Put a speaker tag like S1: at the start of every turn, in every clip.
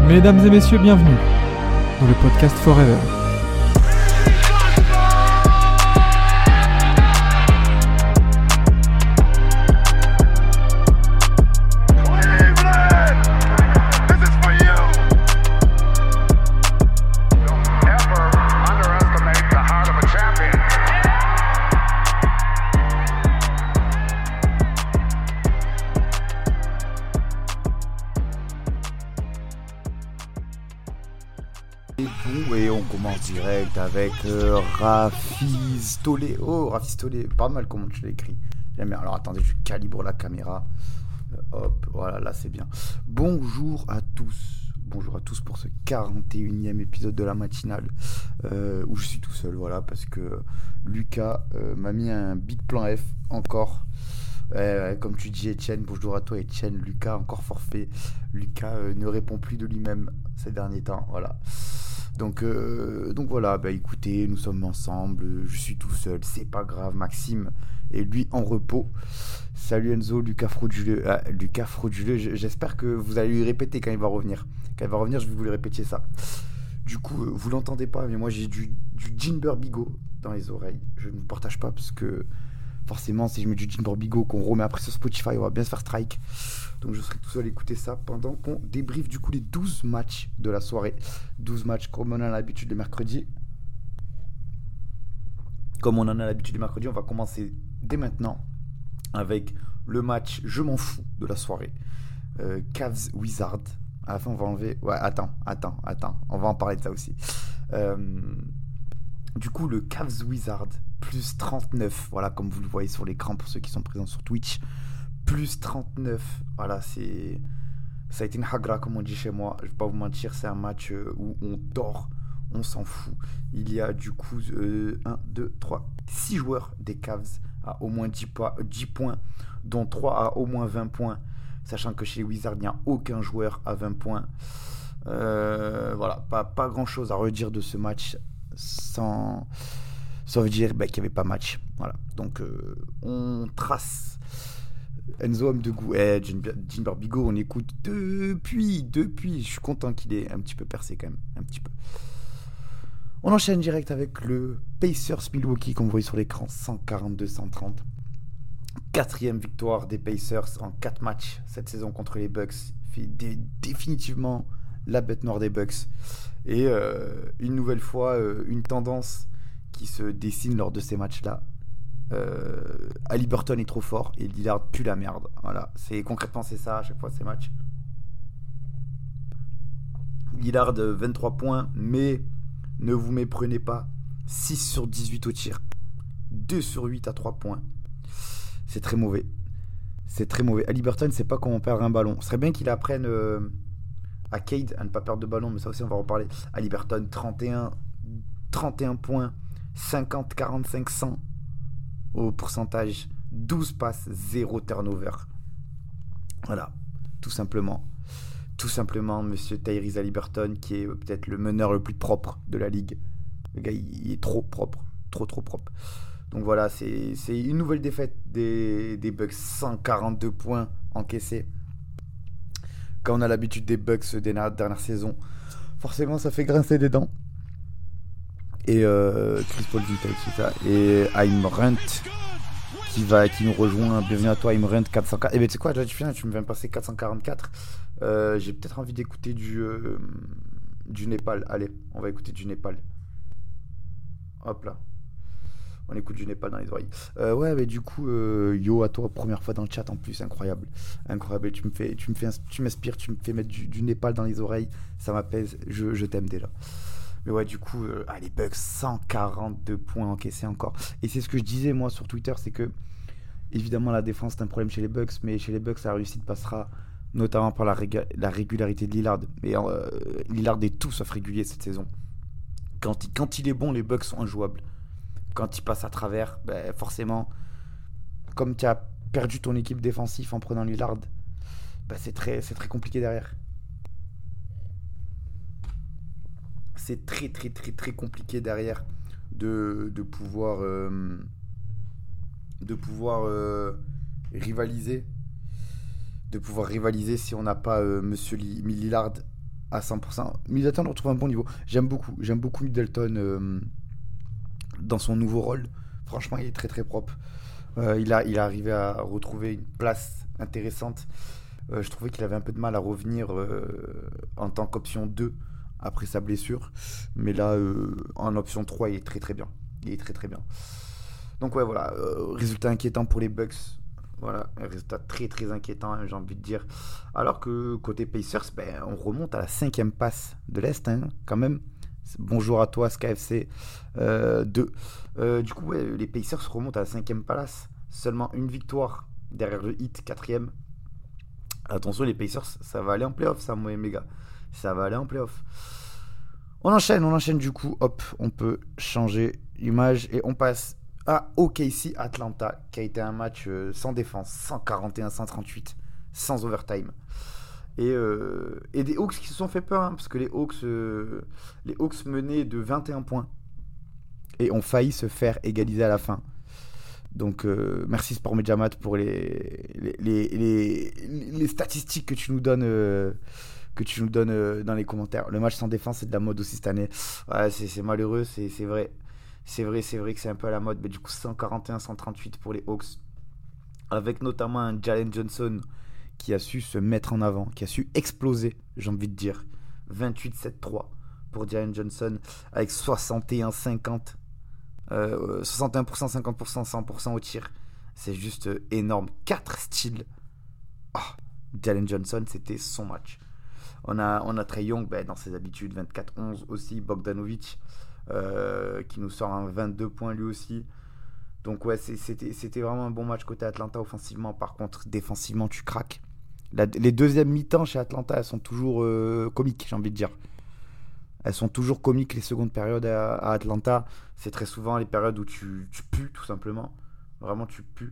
S1: Mesdames et messieurs, bienvenue dans le podcast Forever.
S2: Et on commence direct avec Rafis Toléo. Rafis Toléo, pas mal comment tu l'as écrit. J'aime bien. Alors attendez, je calibre la caméra. Hop, voilà, là c'est bien. Bonjour à tous pour ce 41e épisode de la matinale où je suis tout seul, voilà, parce que Lucas m'a mis un big plan F encore. Comme tu dis, Etienne, bonjour à toi Etienne. Lucas encore forfait. Lucas ne répond plus de lui-même ces derniers temps, voilà. Donc voilà, écoutez, nous sommes ensemble, je suis tout seul, c'est pas grave, Maxime est lui en repos. Salut Enzo, Lucas frauduleux, j'espère que vous allez lui répéter quand il va revenir. Quand il va revenir, je vais vous lui répéter ça. Du coup, vous l'entendez pas, mais moi j'ai du Ginber Bigot dans les oreilles. Je ne vous partage pas parce que forcément, si je mets du Ginber Bigot qu'on remet après sur Spotify, on va bien se faire strike. Donc je serai tout seul à écouter ça pendant qu'on débriefe du coup les 12 matchs de la soirée. 12 matchs comme on en a l'habitude les mercredis. On va commencer dès maintenant avec le match je m'en fous de la soirée. Cavs Wizards. À la fin on va enlever... Ouais, attends. On va en parler de ça aussi. Du coup le Cavs Wizards plus 39. Voilà, comme vous le voyez sur l'écran pour ceux qui sont présents sur Twitch. Plus 39, voilà, ça a été une hagra comme on dit chez moi, je vais pas vous mentir, c'est un match où on dort, on s'en fout. Il y a du coup 1, 2, 3, 6 joueurs des Cavs à au moins 10 points, dont 3 à au moins 20 points, sachant que chez les Wizards, il n'y a aucun joueur à 20 points. Voilà, pas grand chose à redire de ce match, sauf dire qu'il n'y avait pas match. Voilà, donc on trace. Enzo, homme de goût. Ginber Bigot, on écoute depuis. Je suis content qu'il ait un petit peu percé quand même. Un petit peu. On enchaîne direct avec le Pacers Milwaukee, comme vous voyez sur l'écran, 142-130. 4e victoire des Pacers en 4 matchs cette saison contre les Bucks. Définitivement la bête noire des Bucks. Et une nouvelle fois, une tendance qui se dessine lors de ces matchs-là. Haliburton est trop fort et Lillard pue la merde. Voilà, concrètement c'est ça à chaque fois ces matchs. Lillard 23 points, mais ne vous méprenez pas, 6 sur 18 au tir, 2 sur 8 à 3 points. C'est très mauvais. Haliburton sait pas comment perdre un ballon. Ce serait bien qu'il apprenne à Cade à ne pas perdre de ballon, mais ça aussi on va en reparler. Haliburton 31 points, 50, 45, 100 au pourcentage, 12 passes, 0 turnover. Voilà, tout simplement monsieur Tyrese Haliburton, qui est peut-être le meneur le plus propre de la ligue. Le gars il est trop propre, trop propre. Donc voilà, c'est une nouvelle défaite des Bucks, 142 points encaissés. Quand on a l'habitude des Bucks des dernières saisons, forcément ça fait grincer des dents. Et Chris Paul Vintage, c'est ça. Et Aim Runt qui nous rejoint. Bienvenue à toi, Aim Runt 404. Et ben tu sais quoi, là, tu me viens de passer 444. J'ai peut-être envie d'écouter du Népal. Allez, on va écouter du Népal. Hop là. On écoute du Népal dans les oreilles. Ouais, mais du coup, yo à toi, première fois dans le chat en plus, incroyable. Tu m'inspires, tu me fais mettre du Népal dans les oreilles, ça m'apaise, je t'aime déjà. Mais ouais, du coup, les Bucks, 142 points encaissés encore. Et c'est ce que je disais moi sur Twitter, c'est que évidemment la défense c'est un problème chez les Bucks, mais chez les Bucks la réussite passera notamment par la régularité de Lillard. Et Lillard est tout sauf régulier cette saison. Quand il est bon, les Bucks sont injouables. Quand il passe à travers, forcément, comme tu as perdu ton équipe défensive en prenant Lillard, c'est très compliqué derrière. C'est très compliqué derrière de pouvoir rivaliser si on n'a pas Monsieur Lillard à 100%. Middleton retrouve un bon niveau. J'aime beaucoup Middleton dans son nouveau rôle. Franchement, il est très très propre. Il a arrivé à retrouver une place intéressante. Je trouvais qu'il avait un peu de mal à revenir en tant qu'option 2 après sa blessure. Mais là, en option 3, il est très très bien. Il est très très bien. Donc ouais, voilà. Résultat inquiétant pour les Bucks. Voilà, un résultat très très inquiétant, hein, j'ai envie de dire. Alors que côté Pacers, on remonte à la 5e passe de l'Est, hein, quand même. Bonjour à toi, SKFC 2. Du coup, ouais, les Pacers remontent à la 5e place. Seulement une victoire derrière le Heat, 4e. Attention, les Pacers, ça va aller en playoff, ça, moi et mes gars. Ça va aller en playoff. On enchaîne du coup. Hop, on peut changer l'image et on passe à OKC Atlanta, qui a été un match sans défense, 141-138, sans overtime. Et des Hawks qui se sont fait peur, hein, parce que les Hawks menaient de 21 points et ont failli se faire égaliser à la fin. Donc merci Sport Mediamat pour les statistiques que tu nous donnes dans les commentaires. Le match sans défense, c'est de la mode aussi cette année. Ouais, c'est malheureux, c'est vrai. C'est vrai que c'est un peu à la mode. Mais du coup, 141-138 pour les Hawks. Avec notamment un Jalen Johnson qui a su se mettre en avant, qui a su exploser, j'ai envie de dire. 28-7-3 pour Jalen Johnson, avec 61-50. 61%, 50%, 100% au tir. C'est juste énorme. 4 styles. Jalen Johnson, c'était son match. On a Trae Young dans ses habitudes, 24-11 aussi. Bogdanovic qui nous sort un 22 points lui aussi. Donc ouais, c'était vraiment un bon match côté Atlanta offensivement. Par contre, défensivement, tu craques. Les deuxièmes mi-temps chez Atlanta, elles sont toujours comiques, j'ai envie de dire. Elles sont toujours comiques, les secondes périodes à Atlanta. C'est très souvent les périodes où tu pues, tout simplement. Vraiment, tu pues.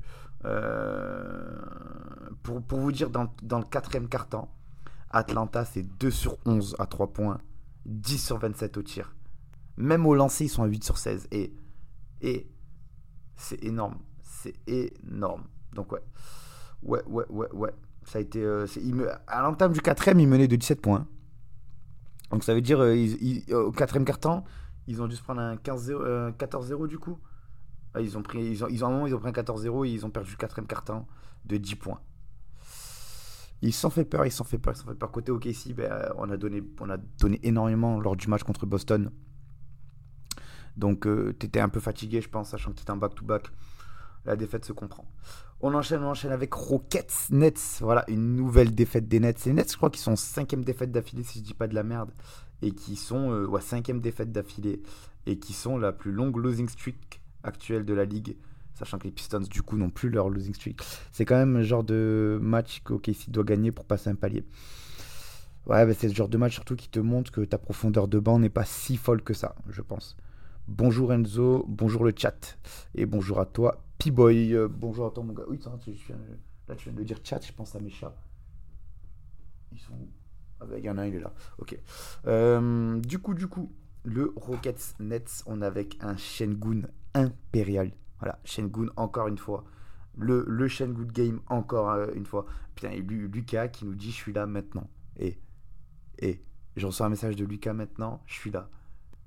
S2: Pour vous dire, dans le 4e quart-temps, Atlanta, c'est 2 sur 11 à 3 points, 10 sur 27 au tir. Même au lancer, ils sont à 8 sur 16. Et c'est énorme. C'est énorme. Donc ouais. Ça a été, à l'entame du 4e, ils menaient de 17 points. Donc ça veut dire au 4e quart-temps, ils ont dû se prendre un 14-0 du coup. Ils ont pris un 14-0 et ils ont perdu le 4e quart-temps de 10 points. Ils s'en fait peur. Côté OKC, on a donné énormément lors du match contre Boston. Donc t'étais un peu fatigué, je pense, sachant que t'étais en back-to-back. La défaite se comprend. On enchaîne avec Rockets Nets. Voilà, une nouvelle défaite des Nets. Les Nets, je crois qu'ils sont 5e défaite d'affilée, si je dis pas de la merde. Et qui sont 5e défaite d'affilée. Et qui sont la plus longue losing streak actuelle de la ligue. Sachant que les Pistons, du coup, n'ont plus leur losing streak. C'est quand même le genre de match qu'OKC doit gagner pour passer un palier. Ouais, c'est ce genre de match surtout qui te montre que ta profondeur de banc n'est pas si folle que ça, je pense. Bonjour Enzo, bonjour le chat. Et bonjour à toi, P-Boy. Bonjour à toi, mon gars. Oui, là, tu viens de dire chat, je pense à mes chats. Ils sont où? Il y en a un, il est là. Ok. Du coup, le Rockets Nets, on est avec un Şengün impérial. Voilà, Şengün encore une fois. Le Şengün game encore une fois. Putain, et Lucas qui nous dit je suis là maintenant. Et je reçois un message de Lucas maintenant, je suis là.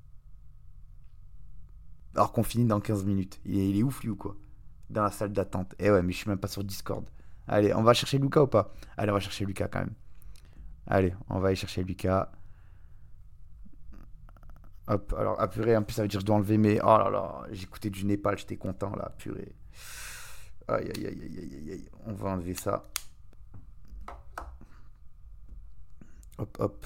S2: Alors qu'on finit dans 15 minutes. Il est ouf lui ou quoi? Dans la salle d'attente. Eh ouais, mais je suis même pas sur Discord. Allez, on va chercher Lucas ou pas? Allez, on va chercher Lucas quand même. Allez, on va aller chercher Lucas. Hop, alors, purée, en plus ça veut dire que je dois enlever mes... Oh là là, j'écoutais du Népal, j'étais content là, purée. Aïe, aïe, aïe, aïe, aïe, aïe. On va enlever ça. Hop.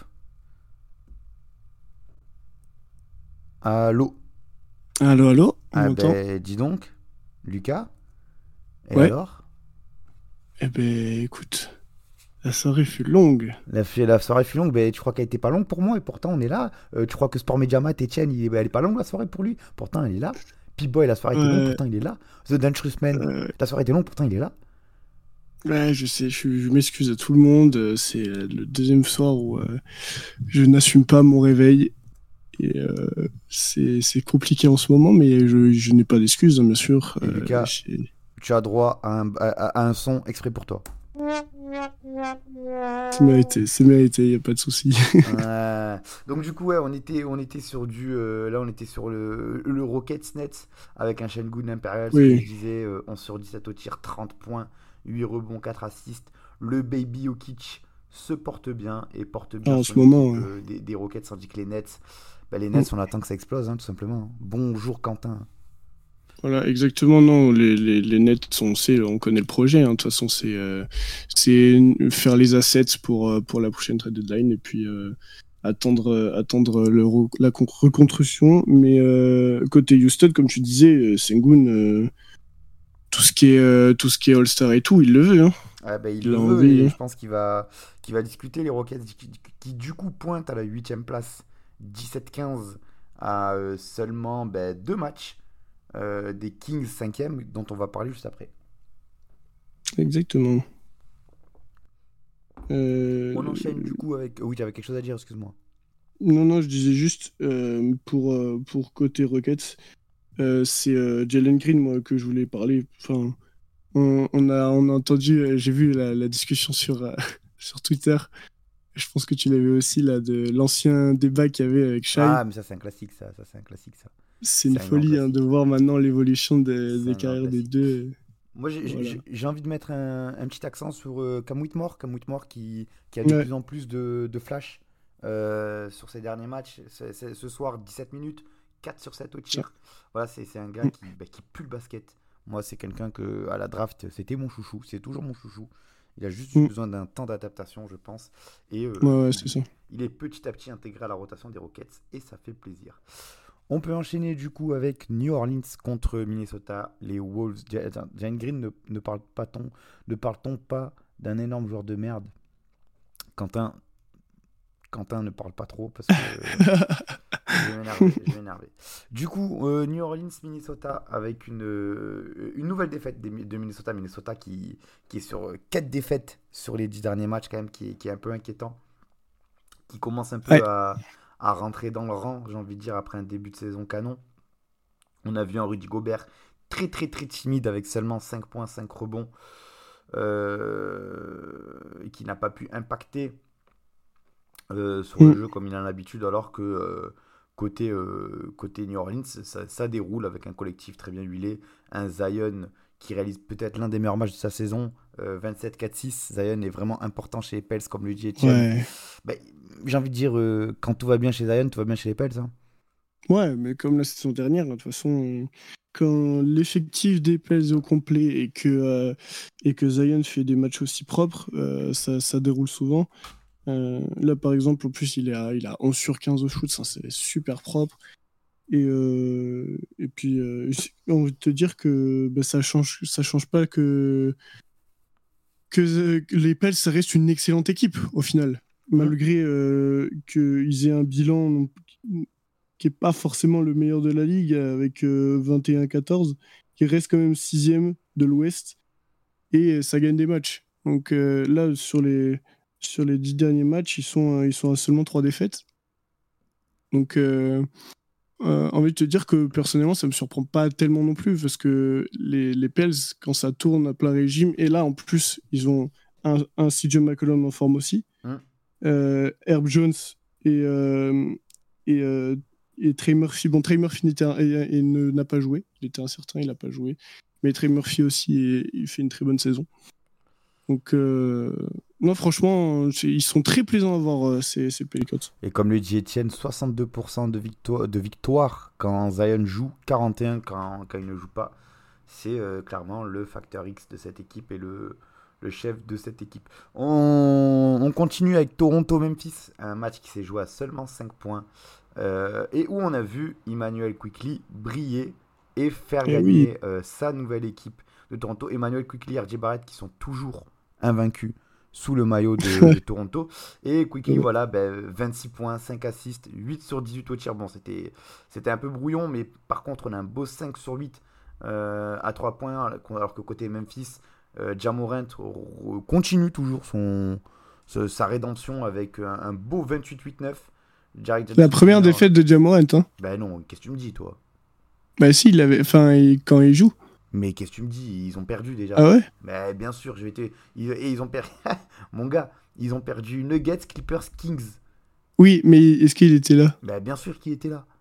S2: Allô?
S3: Allô, on
S2: Ah
S3: m'entend?
S2: dis donc, Lucas. Et
S3: Ouais.
S2: alors?
S3: Eh ben, écoute, la soirée fut longue.
S2: La soirée fut longue, tu crois qu'elle était pas longue pour moi et pourtant on est là. Tu crois que Sport Mediamat, Etienne, elle est pas longue la soirée pour lui, pourtant elle est là. P-Boy, la soirée était longue, pourtant il est là. The Dangerous Man, la soirée était longue, pourtant il est là.
S3: Ouais, je sais, je m'excuse à tout le monde. C'est le deuxième soir où je n'assume pas mon réveil. Et c'est compliqué en ce moment, mais je n'ai pas d'excuses, bien sûr.
S2: Et Lucas, tu as droit à un son exprès pour toi.
S3: C'est mérité, y a pas de souci.
S2: Donc du coup, ouais, on était sur là, on était sur le Rockets Nets avec un Şengün Imperial, ce que je disais, 11 sur 17 au tir, 30 points, 8 rebonds, 4 assists. Le Baby Jokic se porte bien et porte bien
S3: en ce moment,
S2: des Rockets, tandis que les Nets, les Nets, on attend que ça explose, hein, tout simplement. Bonjour Quentin.
S3: Voilà, exactement. Non, les Nets, on connaît le projet. De toute façon, c'est faire les assets pour la prochaine trade deadline et puis attendre la reconstruction. Mais côté Houston, comme tu disais, Sengun, tout ce qui est All-Star et tout, il le veut. Hein.
S2: Il le veut et je pense qu'il va discuter les Rockets qui du coup pointent à la 8e place, 17-15 à seulement 2 matchs. Des Kings 5e dont on va parler juste après.
S3: Exactement.
S2: On enchaîne du coup avec... Oui, tu avais quelque chose à dire, excuse-moi.
S3: Non, je disais juste pour côté Rockets, c'est Jalen Green moi, que je voulais parler. Enfin, on a entendu, j'ai vu la discussion sur Twitter. Je pense que tu l'avais aussi là, de l'ancien débat qu'il y avait avec Shai.
S2: Ah, mais ça c'est un classique ça.
S3: C'est une folie de voir maintenant l'évolution des carrières des deux.
S2: Moi, j'ai envie de mettre un petit accent sur Cam Whitmore qui a de plus en plus de flash sur ses derniers matchs. Ce soir, 17 minutes, 4 sur 7 au tir. Voilà, c'est un gars qui pue le basket. Moi, c'est quelqu'un que à la draft, c'était mon chouchou. C'est toujours mon chouchou. Il a juste eu besoin d'un temps d'adaptation, je pense. Et
S3: c'est ça.
S2: Il est petit à petit intégré à la rotation des Rockets et ça fait plaisir. On peut enchaîner du coup avec New Orleans contre Minnesota, les Wolves. Jalen Green, ne parle-t-on pas d'un énorme joueur de merde? Quentin ne parle pas trop parce que je vais m'énerver. Du coup, New Orleans, Minnesota avec une nouvelle défaite de Minnesota. Minnesota qui est sur 4 défaites sur les 10 derniers matchs quand même, qui est un peu inquiétant. Qui commence un peu à rentrer dans le rang, j'ai envie de dire, après un début de saison canon. On a vu un Rudy Gobert très très très timide avec seulement 5 points, 5 rebonds, qui n'a pas pu impacter sur le jeu comme il a l'habitude, alors que côté New Orleans, ça déroule avec un collectif très bien huilé, un Zion qui réalise peut-être l'un des meilleurs matchs de sa saison, 27-4-6. Zion est vraiment important chez les Pels, comme le dit Etienne. J'ai envie de dire, quand tout va bien chez Zion, tout va bien chez les Pels. Hein.
S3: Ouais, mais comme la saison dernière, de toute façon, quand l'effectif des Pels est au complet et que Zion fait des matchs aussi propres, ça déroule souvent. Là, par exemple, en plus, il a 11 sur 15 au shoot, ça, c'est super propre. Et puis, j'ai envie de te dire que ça change pas que les Pels, ça reste une excellente équipe, au final. Malgré qu'ils aient un bilan qui n'est pas forcément le meilleur de la ligue, avec 21-14, qui reste quand même 6e de l'Ouest, et ça gagne des matchs. Donc là, sur les 10 derniers matchs, ils sont à seulement 3 défaites. Donc, envie de te dire que personnellement, ça me surprend pas tellement non plus, parce que les Pels, quand ça tourne à plein régime, et là, en plus, ils ont un CJ McCollum en forme aussi, Herb Jones et Trey Murphy. Bon, Trey Murphy n'a pas joué, il était incertain, il n'a pas joué, mais Trey Murphy aussi, il fait une très bonne saison. Donc, non, franchement, ils sont très plaisants à voir, ces Pelicans.
S2: Et comme le dit Etienne, 62% de victoire quand Zion joue, 41% quand il ne joue pas. C'est clairement le facteur X de cette équipe et le chef de cette équipe. On continue avec Toronto-Memphis, un match qui s'est joué à seulement 5 points et où on a vu Immanuel Quickley briller et faire gagner sa nouvelle équipe de Toronto. Emmanuel Quickley et RJ Barrett qui sont toujours invaincus sous le maillot de Toronto. Et Quickley, 26 points, 5 assists, 8 sur 18 au tir. Bon, c'était un peu brouillon, mais par contre, on a un beau 5 sur 8 à 3 points, alors que côté Memphis, Ja Morant continue toujours sa rédemption avec un beau 28-8-9.
S3: La première défaite de Ja Morant. Hein.
S2: Non, qu'est-ce que tu me dis, toi?
S3: Si, il l'avait. Enfin, quand il joue.
S2: Mais qu'est-ce que tu me dis? Ils ont perdu déjà.
S3: Ah ouais?
S2: Mais bien sûr, ils ont perdu. Mon gars, ils ont perdu Nuggets, Clippers, Kings.
S3: Oui, mais est-ce qu'il était là?
S2: Bah, bien sûr qu'il était là.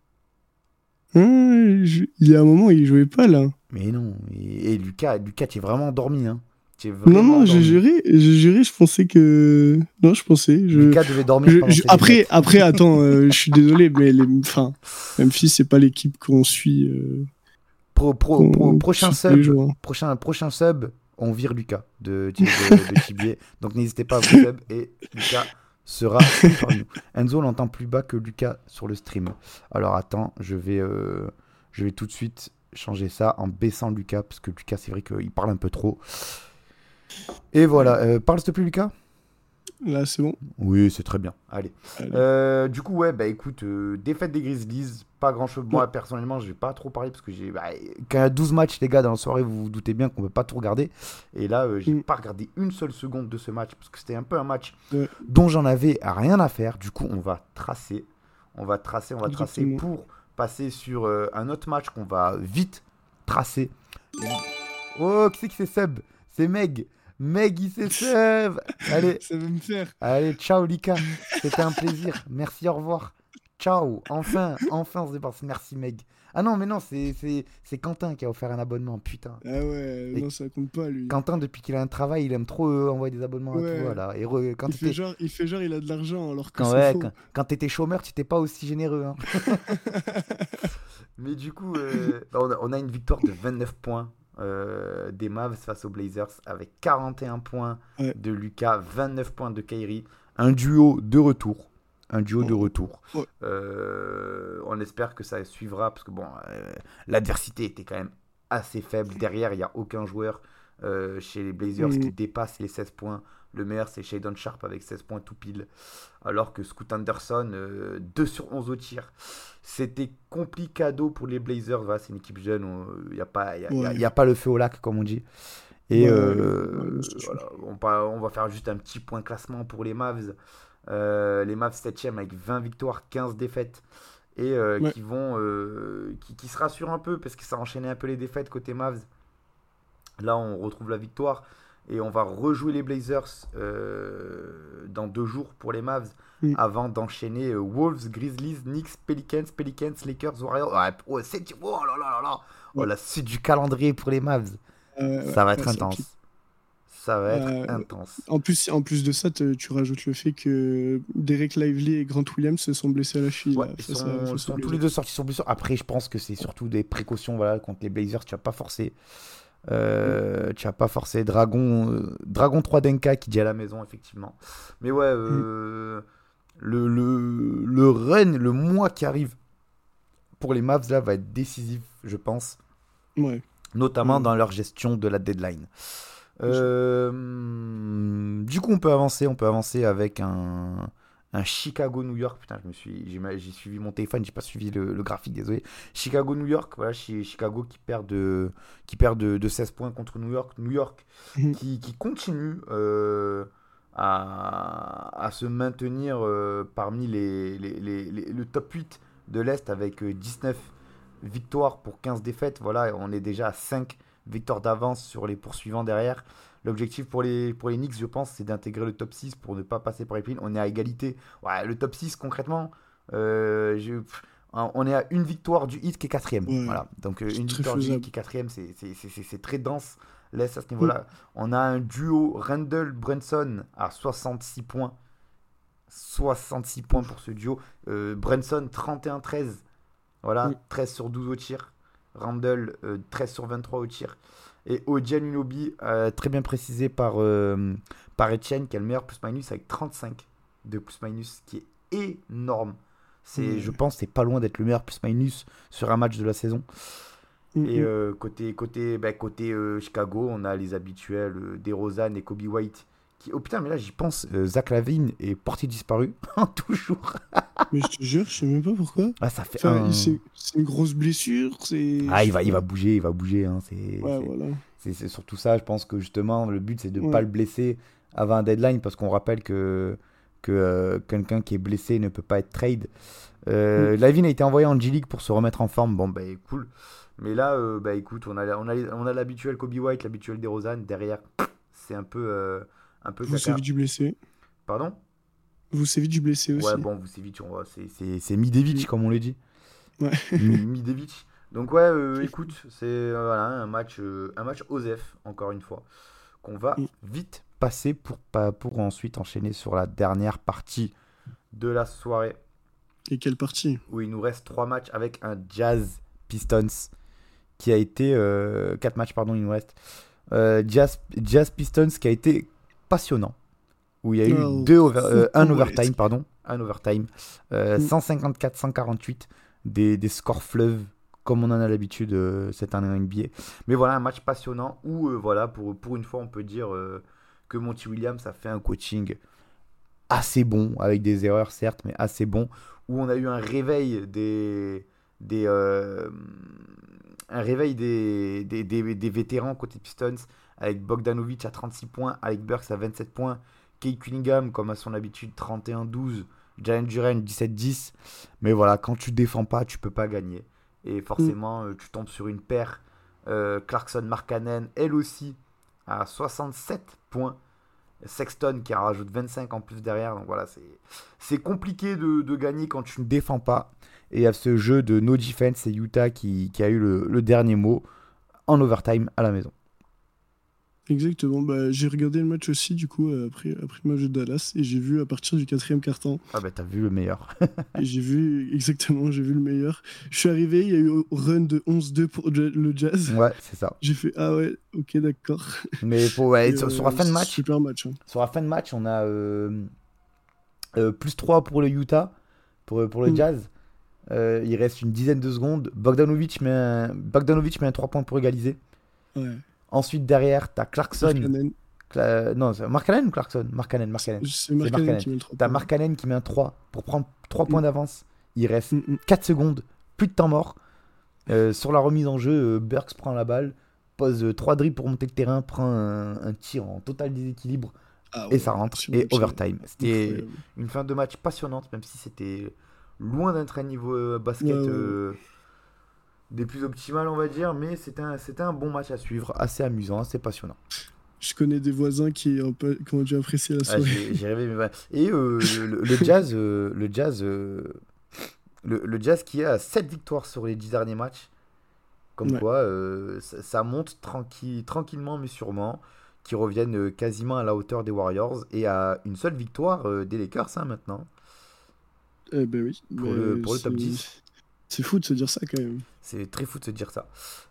S3: Il y a un moment, il jouait pas là.
S2: Mais non. Et Lucas, tu es vraiment endormi. Hein. Tu es
S3: Non,
S2: vraiment
S3: non,
S2: endormi.
S3: j'ai juré, je pensais que. Non, je pensais.
S2: Lucas devait dormir pendant ses
S3: Après, attends, je suis désolé, mais Memphis, c'est pas l'équipe qu'on suit.
S2: Prochain
S3: suit tous les
S2: sub,
S3: jours, hein.
S2: prochain sub, on vire Lucas de Tibier. Donc n'hésitez pas à vous sub et Lucas sera parmi nous. Enzo l'entend plus bas que Lucas sur le stream. Alors attends, je vais tout de suite changer ça en baissant Lucas parce que Lucas c'est vrai qu'il parle un peu trop. Et voilà, parle s'il te plaît Lucas.
S3: Là, c'est bon.
S2: Oui, c'est très bien. Allez.
S3: Allez.
S2: Du coup, ouais, bah écoute, défaite des Grizzlies, pas grand chose. Moi, personnellement, je vais pas trop parler parce que quand il y a 12 matchs, les gars, dans la soirée, vous vous doutez bien qu'on peut pas tout regarder. Et là, j'ai pas regardé une seule seconde de ce match parce que c'était un peu un match dont j'en avais rien à faire. Du coup, on va tracer pour passer sur un autre match qu'on va vite tracer. Oh, qui c'est que c'est Seb? C'est Meg. Meg, il s'est sub. Allez.
S3: Ça va me faire.
S2: Allez, ciao, Lika. C'était un plaisir. Merci, au revoir. Ciao. Enfin, on se dépasse. Merci, Meg. Ah non, mais non, c'est Quentin qui a offert un abonnement. Putain.
S3: Ah ouais, non, ça compte pas, lui.
S2: Quentin, depuis qu'il a un travail, il aime trop envoyer des abonnements à tout. Voilà. Et quand
S3: il fait genre, il a de l'argent, alors que
S2: c'est
S3: faux.
S2: Quand t'étais chômeur, tu n'étais pas aussi généreux. Hein. Mais du coup, on a une victoire de 29 points. Des Mavs face aux Blazers avec 41 points de Lucas, 29 points de Kyrie, un duo de retour. Ouais. On espère que ça suivra parce que bon, l'adversité était quand même assez faible. Derrière, il n'y a aucun joueur chez les Blazers qui dépasse les 16 points. Le meilleur, c'est Shaedon Sharp avec 16 points tout pile. Alors que Scoot Anderson, 2 sur 11 au tir. C'était complicado pour les Blazers. Voilà, c'est une équipe jeune. Il n'y a pas le feu au lac, comme on dit. Et voilà, on va faire juste un petit point classement pour les Mavs. Les Mavs 7e avec 20 victoires, 15 défaites. Et qui se rassurent un peu parce que ça a enchaîné un peu les défaites côté Mavs. Là, on retrouve la victoire. Et on va rejouer les Blazers dans 2 jours pour les Mavs avant d'enchaîner Wolves, Grizzlies, Knicks, Pelicans, Lakers, Warriors. La suite du calendrier pour les Mavs. Ça va être intense. Ça va être intense.
S3: En plus de ça, tu rajoutes le fait que Derek Lively et Grant Williams se sont blessés à la cheville.
S2: Ouais, ils sont tous les deux sortis sur blessure. Après, je pense que c'est surtout des précautions contre les Blazers. Tu vas pas forcer. Dragon 3 Denka qui dit à la maison effectivement, mais ouais, le run, le mois qui arrive pour les Mavs là va être décisif, je pense, notamment dans leur gestion de la deadline. Du coup on peut avancer avec un Chicago-New York. Putain, j'ai suivi mon téléphone, j'ai pas suivi le graphique, désolé. Chicago-New York, voilà, Chicago qui perd de 16 points contre New York. New York qui continue à se maintenir parmi le top 8 de l'Est avec 19 victoires pour 15 défaites. Voilà, on est déjà à 5 victoires d'avance sur les poursuivants derrière. L'objectif pour les Knicks, je pense, c'est d'intégrer le top 6 pour ne pas passer par les play-in. On est à égalité. Ouais, le top 6, concrètement, on est à une victoire du Heat qui est 4ème.
S3: Ouais,
S2: voilà. Donc, une victoire du Heat qui est 4ème, c'est très dense. Laisse à ce niveau-là. On a un duo Randle-Brunson à 66 points. 66 points pour ce duo. Brunson, 31-13. Voilà, 13 sur 12 au tir. Randle, 13 sur 23 au tir. Et OG Anunoby, très bien précisé par Etienne, qui a le meilleur plus-minus avec 35 de plus-minus, qui est énorme. Je pense que c'est pas loin d'être le meilleur plus-minus sur un match de la saison. Et côté Chicago, on a les habituels DeRozan et Kobe White. Oh putain, mais là j'y pense, Zach LaVine est porté disparu, toujours.
S3: Mais je te jure, je sais même pas pourquoi.
S2: Ah, ça fait
S3: c'est une grosse blessure.
S2: Il va bouger. Hein,
S3: voilà.
S2: C'est surtout ça, je pense que justement, le but c'est de ne pas le blesser avant un deadline, parce qu'on rappelle que quelqu'un qui est blessé ne peut pas être trade. Lavin a été envoyé en G-League pour se remettre en forme. Bon, cool. Mais là, écoute, on a l'habituel Kobe White, l'habituel DeRozan. Derrière, c'est un peu
S3: Vucevic du blessé.
S2: Pardon?
S3: Vucevic du blessé aussi.
S2: Ouais, bon, Vucevic, c'est Midevic, comme on le dit.
S3: Ouais.
S2: Midevic. Donc, ouais, écoute, c'est voilà, un match OSEF, encore une fois, qu'on va vite passer pour ensuite enchaîner sur la dernière partie de la soirée.
S3: Et quelle partie?
S2: Où il nous reste 3 matchs avec un Jazz Pistons qui a été 4 matchs, pardon, il nous reste. Jazz Pistons qui a été passionnant. Où il y a eu un overtime. 154-148 des scores fleuves comme on en a l'habitude cette année en NBA. Mais voilà, un match passionnant où voilà, pour une fois on peut dire que Monty Williams a fait un coaching assez bon, avec des erreurs certes, mais assez bon, où on a eu un réveil des vétérans côté Pistons, avec Bogdanovic à 36 points, Alec Burks à 27 points, Kate Cunningham comme à son habitude 31-12, Jalen Duren 17-10. Mais voilà, quand tu défends pas, tu peux pas gagner. Et forcément, tu tombes sur une paire Clarkson-Markkanen, elle aussi à 67 points. Sexton qui en rajoute 25 en plus derrière. Donc voilà, c'est compliqué de gagner quand tu ne défends pas. Et il y a ce jeu de no defense, c'est Utah qui a eu le dernier mot en overtime à la maison.
S3: Exactement, j'ai regardé le match aussi du coup après le match de Dallas et j'ai vu à partir du 4e quart-temps.
S2: Ah t'as vu le meilleur.
S3: Et j'ai vu le meilleur. Je suis arrivé, il y a eu un run de 11-2 pour le Jazz.
S2: Ouais, c'est ça.
S3: J'ai fait ah ouais, ok d'accord.
S2: Mais sur la fin de match,
S3: super match. Hein.
S2: Sur la fin de match, on a plus 3 pour le Utah, pour le Jazz. Il reste une dizaine de secondes. Bogdanovic met un 3 points pour égaliser.
S3: Ouais.
S2: Ensuite, derrière, t'as Clarkson.
S3: Markkanen.
S2: C'est Markkanen ou Clarkson? Markkanen.
S3: C'est Markkanen qui met le 3
S2: T'as Markkanen qui met un 3 pour prendre 3 points d'avance. Il reste 4 secondes, plus de temps mort. Sur la remise en jeu, Burks prend la balle, pose 3 dribbles pour monter le terrain, prend un tir en total déséquilibre et ça rentre. Et overtime. C'était une fin de match passionnante, même si c'était loin d'être un niveau basket des plus optimales, on va dire, mais c'était un bon match à suivre, assez amusant, assez passionnant.
S3: Je connais des voisins qui ont dû apprécier la soirée.
S2: J'ai rêvé, mais et le Jazz qui a 7 victoires sur les 10 derniers matchs, comme quoi ça monte tranquillement mais sûrement, qui reviennent quasiment à la hauteur des Warriors et à une seule victoire des Lakers maintenant.
S3: Oui.
S2: Pour le top 10.
S3: C'est fou de se dire ça quand même.
S2: C'est très fou de se dire ça.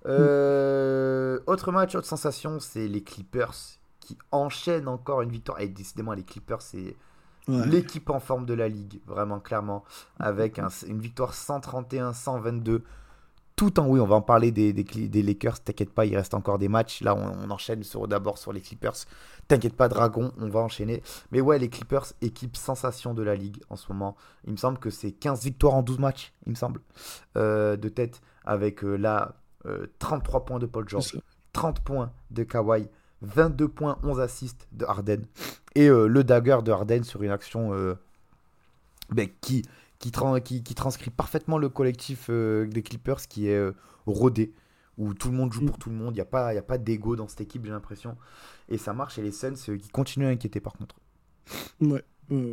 S2: Autre match, autre sensation, c'est les Clippers qui enchaînent encore une victoire. Et décidément, les Clippers, c'est l'équipe en forme de la ligue, vraiment clairement, avec une victoire 131-122. Tout en, oui, on va en parler des Lakers, t'inquiète pas, il reste encore des matchs. Là, on enchaîne d'abord sur les Clippers. T'inquiète pas, Dragon, on va enchaîner. Mais ouais, les Clippers, équipe sensation de la ligue en ce moment. Il me semble que c'est 15 victoires en 12 matchs, il me semble, de tête, avec 33 points de Paul George, 30 points de Kawhi, 22 points, 11 assists de Harden. Et le dagger de Harden sur une action qui transcrit parfaitement le collectif des Clippers qui est rodé, où tout le monde joue pour tout le monde, il n'y a pas d'ego dans cette équipe, j'ai l'impression, et ça marche, et les Suns qui continuent à inquiéter par contre.
S3: Ouais.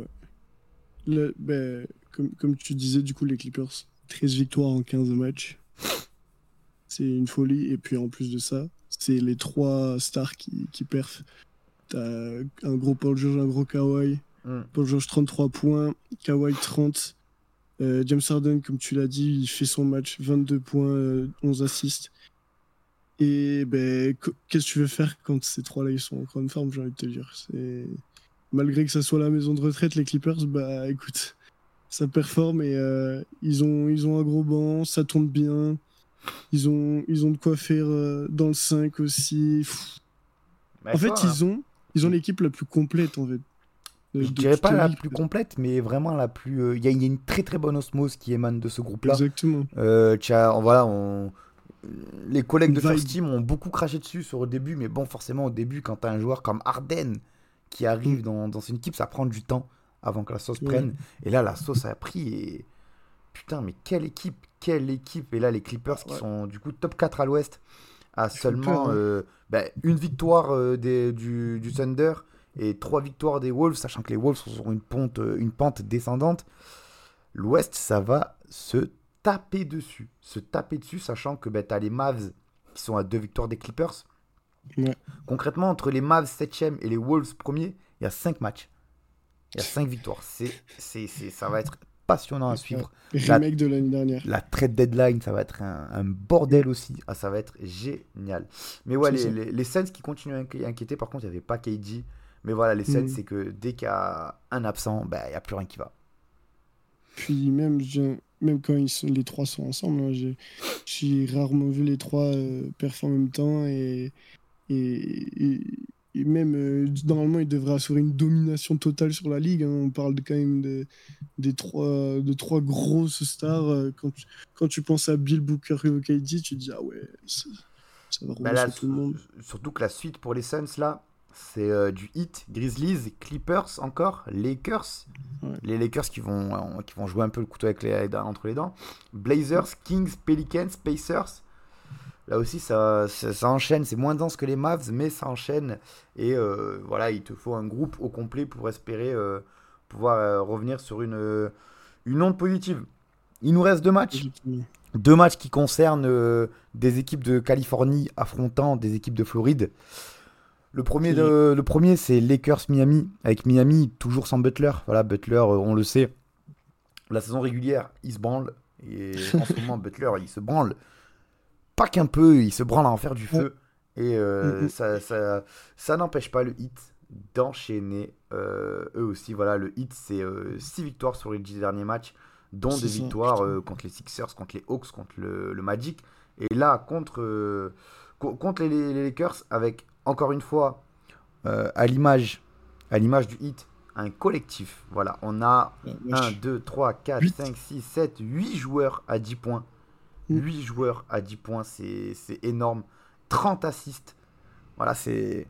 S3: Comme tu disais, du coup, les Clippers, 13 victoires en 15 matchs, c'est une folie, et puis en plus de ça, c'est les 3 stars qui perfent. T'as un gros Paul George, un gros Kawhi. Paul George 33 points, Kawhi 30. James Harden, comme tu l'as dit, il fait son match, 22 points, 11 assists. Et qu'est-ce que tu veux faire quand ces 3-là ils sont en grande forme, j'ai envie de te dire. Malgré que ça soit la maison de retraite, les Clippers, écoute, ça performe et ils ont un gros banc, ça tourne bien. Ils ont de quoi faire dans le 5 aussi. En fait, ils ont l'équipe la plus complète en fait.
S2: Je dirais pas la plus complète, mais vraiment la plus. Il y a une très très bonne osmose qui émane de ce groupe-là.
S3: Exactement.
S2: Les collègues de First Team ont beaucoup craché dessus sur le début, mais bon, forcément, au début, quand t'as un joueur comme Harden qui arrive dans une équipe, ça prend du temps avant que la sauce prenne. Et là, la sauce a pris et putain, mais quelle équipe. Et là, les Clippers qui sont du coup top 4 à l'ouest, à seulement une victoire du Thunder et 3 victoires des Wolves, sachant que les Wolves sont sur une pente descendante. L'ouest, ça va se taper dessus, sachant que tu as les Mavs qui sont à 2 victoires des Clippers.
S3: Ouais.
S2: Concrètement, entre les Mavs 7e et les Wolves 1er, il y a 5 matchs. Il y a 5 victoires. Ça va être passionnant à suivre.
S3: Remake de l'année dernière.
S2: La trade deadline, ça va être un bordel aussi. Ah, ça va être génial. Mais ouais, les Suns qui continuent à inquiéter. Par contre, il n'y avait pas KD. Mais voilà, les Suns, c'est que dès qu'il y a un absent, il n'y a plus rien qui va.
S3: Puis même quand les trois sont ensemble, hein, j'ai rarement vu les trois performer en même temps. Et même, normalement, il devrait assurer une domination totale sur la ligue. Hein. On parle quand même de trois grosses stars. Quand tu penses à Bill Booker et KD, tu te dis, ah ouais, ça va rouler sur tout le monde.
S2: Surtout que la suite pour les Suns, là, c'est du Heat, Grizzlies, Clippers encore, Lakers. Ouais. Les Lakers qui vont jouer un peu le couteau entre les dents. Blazers, Kings, Pelicans, Pacers. Là aussi, ça enchaîne. C'est moins dense que les Mavs, mais ça enchaîne. Et voilà, il te faut un groupe au complet pour espérer pouvoir revenir sur une onde positive. Il nous reste 2 matchs. 2 matchs qui concernent des équipes de Californie affrontant des équipes de Floride. Le premier, c'est Lakers-Miami. Avec Miami, toujours sans Butler. Voilà, Butler, on le sait. La saison régulière, il se branle. Et en ce moment, Butler, il se branle. Pas qu'un peu, il se branle à en faire du feu. Et ça n'empêche pas le Heat d'enchaîner eux aussi. Voilà, le Heat, c'est 6 victoires sur les 10 derniers matchs, dont des victoires contre les Sixers, contre les Hawks, contre le Magic. Et là, contre les Lakers, avec, encore une fois, à l'image du Heat, un collectif. Voilà, on a 1, 2, 3, 4, 5, 6, 7, 8 joueurs à 10 points. 8 joueurs à 10 points, c'est énorme. 30 assists. Voilà, c'est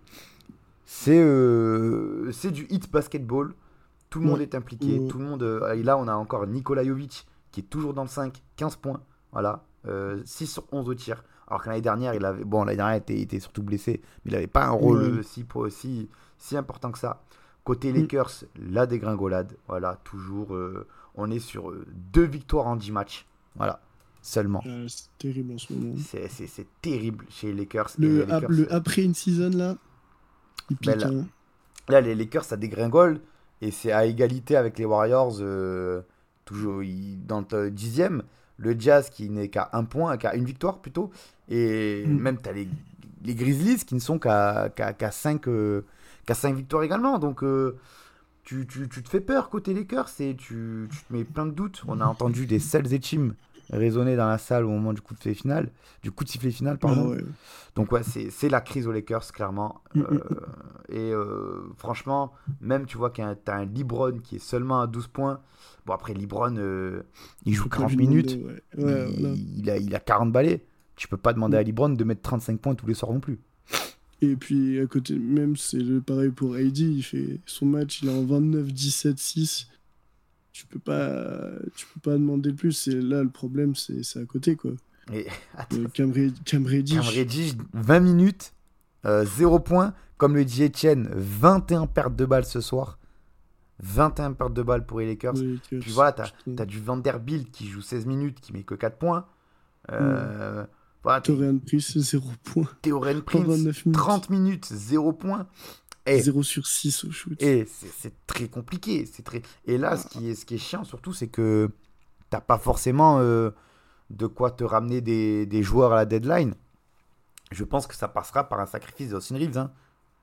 S2: du hit basketball. Tout le monde est impliqué. Tout le monde, et là, on a encore Nikola Jovic qui est toujours dans le 5. 15 points. Voilà. 6 sur 11 au tir. Alors que l'année dernière, il était surtout blessé. Mais il n'avait pas un rôle si important que ça. Côté Lakers, la dégringolade. Voilà, toujours. On est sur 2 victoires en 10 matchs. Voilà. Seulement.
S3: C'est terrible en ce moment.
S2: C'est terrible chez les Lakers.
S3: Le après une season là, il pique.
S2: Là, les Lakers, ça dégringole et c'est à égalité avec les Warriors, toujours dans le 10e. Le Jazz qui n'est qu'à 1 point, qu'à 1 victoire plutôt. Et même, tu as les Grizzlies qui ne sont qu'à 5 victoires également. Donc, tu te fais peur côté Lakers et tu te mets plein de doutes. On a entendu des Cells et Team résonner dans la salle au moment du coup de sifflet final, pardon. Ouais. Donc ouais, c'est la crise aux Lakers clairement. Franchement, même tu vois t'as un LeBron qui est seulement à 12 points. Bon après LeBron, il joue 40 minutes, il a 40 balais. Tu peux pas demander à LeBron de mettre 35 points tous les soirs non plus.
S3: Et puis à côté, même c'est le pareil pour AD, il fait son match, il est en 29, 17, 6. Tu peux pas demander le plus. Et là, le problème, c'est à côté, quoi.
S2: Et
S3: Cam Reddish,
S2: 20 minutes, 0 points. Comme le dit Etienne, 21 pertes de balles ce soir. 21 pertes de balles pour les Lakers. Puis voilà, t'as du Vanderbilt qui joue 16 minutes, qui met que 4 points. Voilà,
S3: Taurean Prince, 0 points.
S2: Taurean Prince, 30 minutes, 0 points.
S3: 0 sur 6 au shoot.
S2: Et c'est très compliqué. Et là, ce qui est chiant surtout, c'est que t'as pas forcément de quoi te ramener des joueurs à la deadline. Je pense que ça passera par un sacrifice d'Austin Reeves. Hein.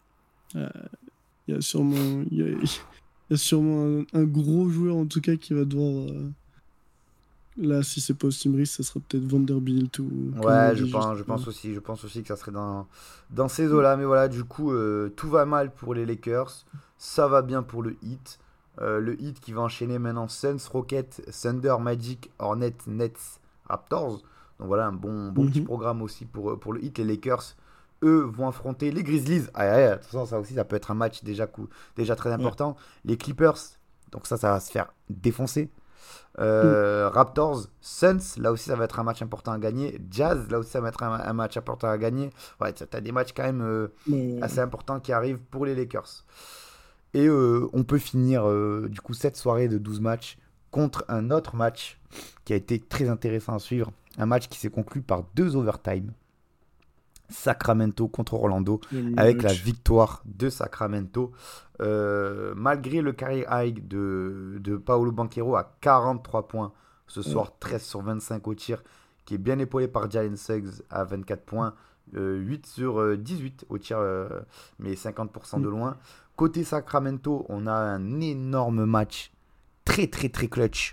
S3: Il y a sûrement un gros joueur, en tout cas, qui va devoir... Là, si c'est pas Austin Reeves, ça sera peut-être Vanderbilt ou...
S2: Ouais, je pense aussi que ça serait dans ces eaux-là. Mais voilà, du coup, tout va mal pour les Lakers. Ça va bien pour le Heat. Le Heat qui va enchaîner maintenant Suns, Rockets, Thunder, Magic, Hornets, Nets, Raptors. Donc voilà, un bon petit programme aussi pour le Heat. Les Lakers, eux, vont affronter les Grizzlies. Attention, ça aussi, ça peut être un match déjà très important. Les Clippers, donc ça va se faire défoncer. Raptors, Suns, là aussi ça va être un match important à gagner. Jazz, là aussi ça va être un match important à gagner. Ouais, t'as des matchs quand même assez importants qui arrivent pour les Lakers. Et on peut finir du coup cette soirée de 12 matchs contre un autre match qui a été très intéressant à suivre. Un match qui s'est conclu par 2 overtime. Sacramento contre Orlando, avec la victoire de Sacramento. Malgré le carry high de Paolo Banchero à 43 points ce soir, 13 sur 25 au tir, qui est bien épaulé par Jalen Suggs à 24 points, 8 sur 18 au tir, mais 50% de loin. Côté Sacramento, on a un énorme match, très très très clutch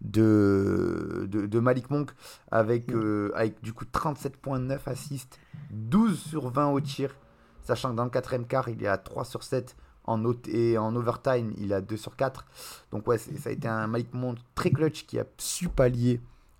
S2: de Malik Monk avec du coup 37.9 assists, 12 sur 20 au tir, sachant que dans le quatrième quart il est à 3 sur 7 et en overtime il est à 2 sur 4. Donc ouais, ça a été un Malik Monk très clutch qui a su pallier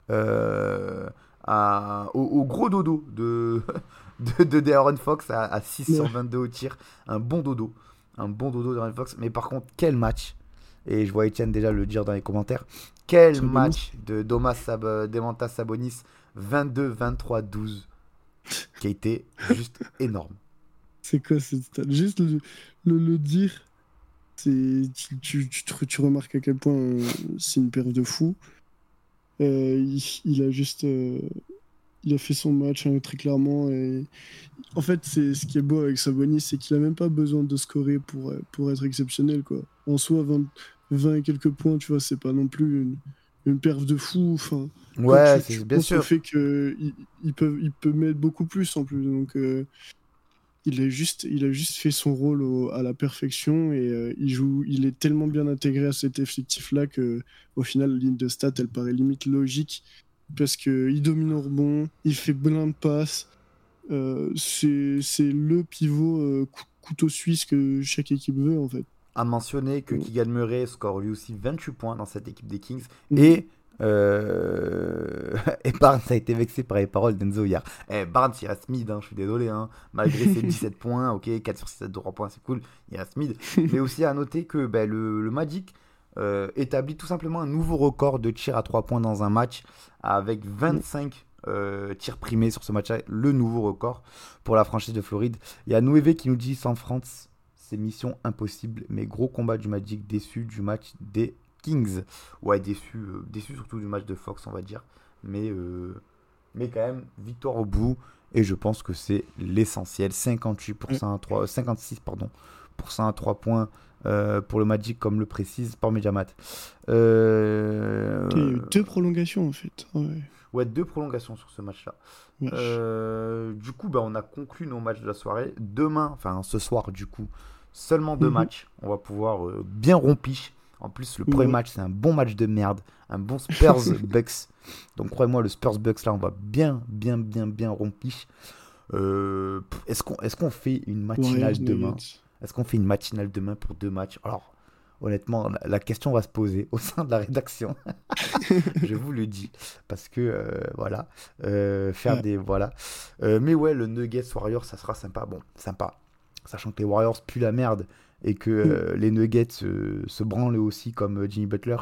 S2: au gros dodo de De'Aaron Fox à 6 sur 22 au tir. Un bon dodo d'Aaron Fox. Mais par contre, quel match! Et je vois Etienne déjà le dire dans les commentaires. Quel match de Domantas Sabonis, 22-23-12, qui a été juste énorme.
S3: C'est quoi cette stat? Juste le dire, tu remarques à quel point c'est une perf de fou. Il a juste... il a fait son match très clairement. Et... En fait, ce qui est beau avec Sabonis, c'est qu'il n'a même pas besoin de scorer pour être exceptionnel, quoi. En soi, 20 et quelques points, tu vois, c'est pas non plus une perf de fou. Enfin,
S2: ouais, c'est bien sûr.
S3: Le fait qu'il peut mettre beaucoup plus en plus. Donc, il a juste fait son rôle à la perfection et il est tellement bien intégré à cet effectif-là qu'au final, la ligne de stats, elle paraît limite logique. Parce qu'il domine au rebond, il fait plein de passes. C'est le pivot couteau suisse que chaque équipe veut, en fait.
S2: À mentionner que Keegan Murray score lui aussi 28 points dans cette équipe des Kings. Et Barnes a été vexé par les paroles d'Enzo hier. Barnes, il reste mid, je suis désolé. Malgré ses 17 points, ok, 4 sur 6 de 3 points, c'est cool, il reste mid. Mais aussi à noter que le Magic établit tout simplement un nouveau record de tirs à 3 points dans un match avec 25 tirs primés sur ce match-là, le nouveau record pour la franchise de Floride. Il y a Nouévé qui nous dit San France, c'est mission impossible, mais gros combat du Magic, déçu du match des Kings. Ouais, déçu surtout du match de Fox, on va dire, mais quand même victoire au bout, et je pense que c'est l'essentiel. 56% à 3 points pour le Magic, comme le précise par Mediamat.
S3: Il y a eu 2 prolongations en fait.
S2: Ouais, 2 prolongations sur ce match-là. Du coup, on a conclu nos matchs de la soirée. Demain, ce soir, du coup, seulement 2 matchs. On va pouvoir bien rompiche. En plus, le premier match, c'est un bon match de merde. Un bon Spurs-Bucks. Donc, croyez-moi, le Spurs-Bucks, là, on va bien rompiche. Est-ce qu'on fait une matinale demain? Est-ce qu'on fait une matinale demain pour 2 matchs? Alors, honnêtement, la question va se poser au sein de la rédaction. Je vous le dis. Parce que, voilà. Mais ouais, le Nuggets Warriors, ça sera sympa. Bon, sympa. Sachant que les Warriors puent la merde et que les Nuggets se branlent aussi comme Jimmy Butler.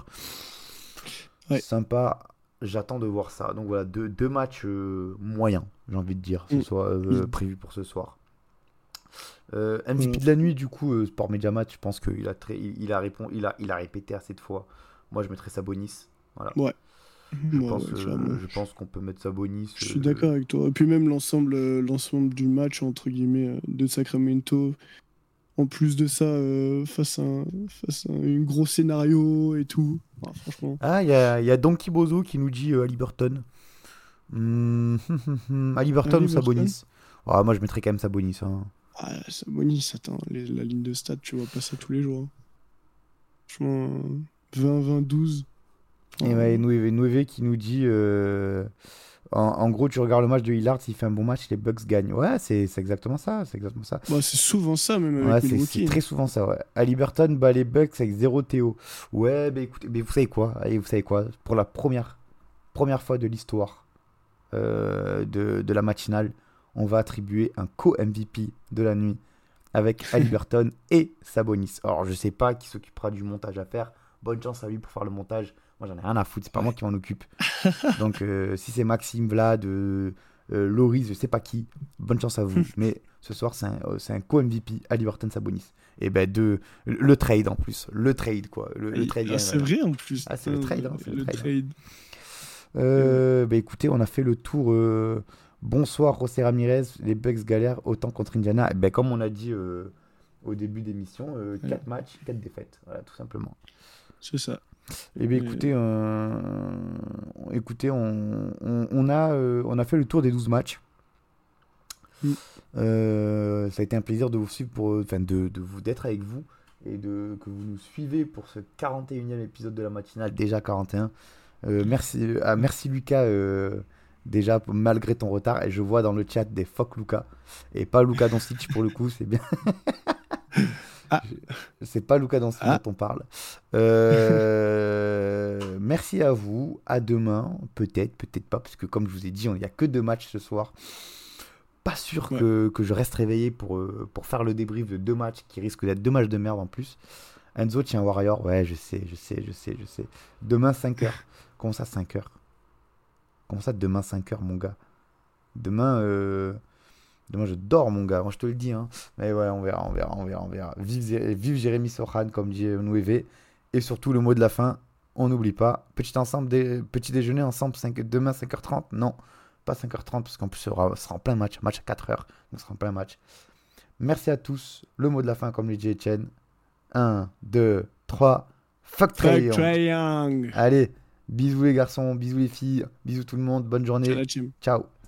S2: Sympa. J'attends de voir ça. Donc voilà, 2 matchs moyens, j'ai envie de dire, prévus pour ce soir. MVP de la nuit, du coup, Sport Mediamat, je pense qu'il a répété assez de fois. Moi, je mettrais Sabonis. Voilà. Ouais. Je pense qu'on peut mettre Sabonis.
S3: Je suis d'accord avec toi. Et puis même l'ensemble du match, entre guillemets, de Sacramento, en plus de ça, face à un gros scénario et tout. Franchement.
S2: Ah, il y a Donkey Bozo qui nous dit Haliburton. Haliburton ou Sabonis? Moi, je mettrais quand même Sabonis.
S3: Sabonis, attends, la ligne de stats, tu vois pas ça tous les jours. Franchement, 20-20-12.
S2: Et ouais, Nouévé qui nous dit en gros, tu regardes le match de Lillard, s'il fait un bon match, les Bucks gagnent. Ouais, c'est exactement ça. C'est
S3: souvent ça, même avec Milwaukee.
S2: C'est très souvent ça, ouais. Haliburton bat les Bucks avec 0 TO. Ouais, écoutez, mais vous savez quoi? Pour la première fois de l'histoire de la matinale, on va attribuer un co-MVP de la nuit avec Haliburton et Sabonis. Alors, je sais pas qui s'occupera du montage à faire. bonne chance à lui pour faire le montage. Moi, j'en ai rien à foutre, c'est pas moi qui m'en occupe. Donc, si c'est Maxime, Vlad, Loris, je sais pas qui, bonne chance à vous. Mais ce soir, c'est un co-MVP, Haliburton Sabonis. Et ben, le trade en plus. Le trade, quoi. Le trade,
S3: c'est vrai en plus.
S2: Ah, c'est le trade. Hein, c'est le trade. Écoutez, on a fait le tour. Bonsoir, José Ramirez. Les Bucks galèrent autant contre Indiana. Et ben, comme on a dit au début d'émission, 4 matchs, 4 défaites. Voilà, tout simplement.
S3: C'est ça.
S2: Eh bien, écoutez, on a fait le tour des 12 matchs. Ça a été un plaisir de vous suivre, d'être avec vous et que vous nous suivez pour ce 41e épisode de la matinale, déjà 41. Merci Lucas, déjà malgré ton retard. Et je vois dans le chat des fuck Lucas et pas Luka Doncic pour le coup, c'est bien. C'est pas Luka Doncic dont on parle. Merci à vous. À demain, peut-être pas, parce que comme je vous ai dit, il n'y a que 2 matchs ce soir. Pas sûr que je reste réveillé pour faire le débrief de 2 matchs qui risquent d'être 2 matchs de merde en plus. Enzo tient Warrior. Ouais, je sais. Demain 5h. Comment ça 5h? Comment ça demain 5h, mon gars? Demain je dors, mon gars. Moi, je te le dis. Hein. Mais ouais, on verra. Vive Jérémy Sohan, comme dit Nouévé. Et surtout, le mot de la fin, on n'oublie pas. Petit déjeuner ensemble, demain 5h30. Non, pas 5h30, parce qu'en plus, ce sera en plein match. Match à 4h. Donc, ce sera en plein match. Merci à tous. Le mot de la fin, comme le dit Etienne. 1, 2, 3. Fuck Trae Young. Allez, bisous les garçons, bisous les filles, bisous tout le monde. Bonne journée. Ciao.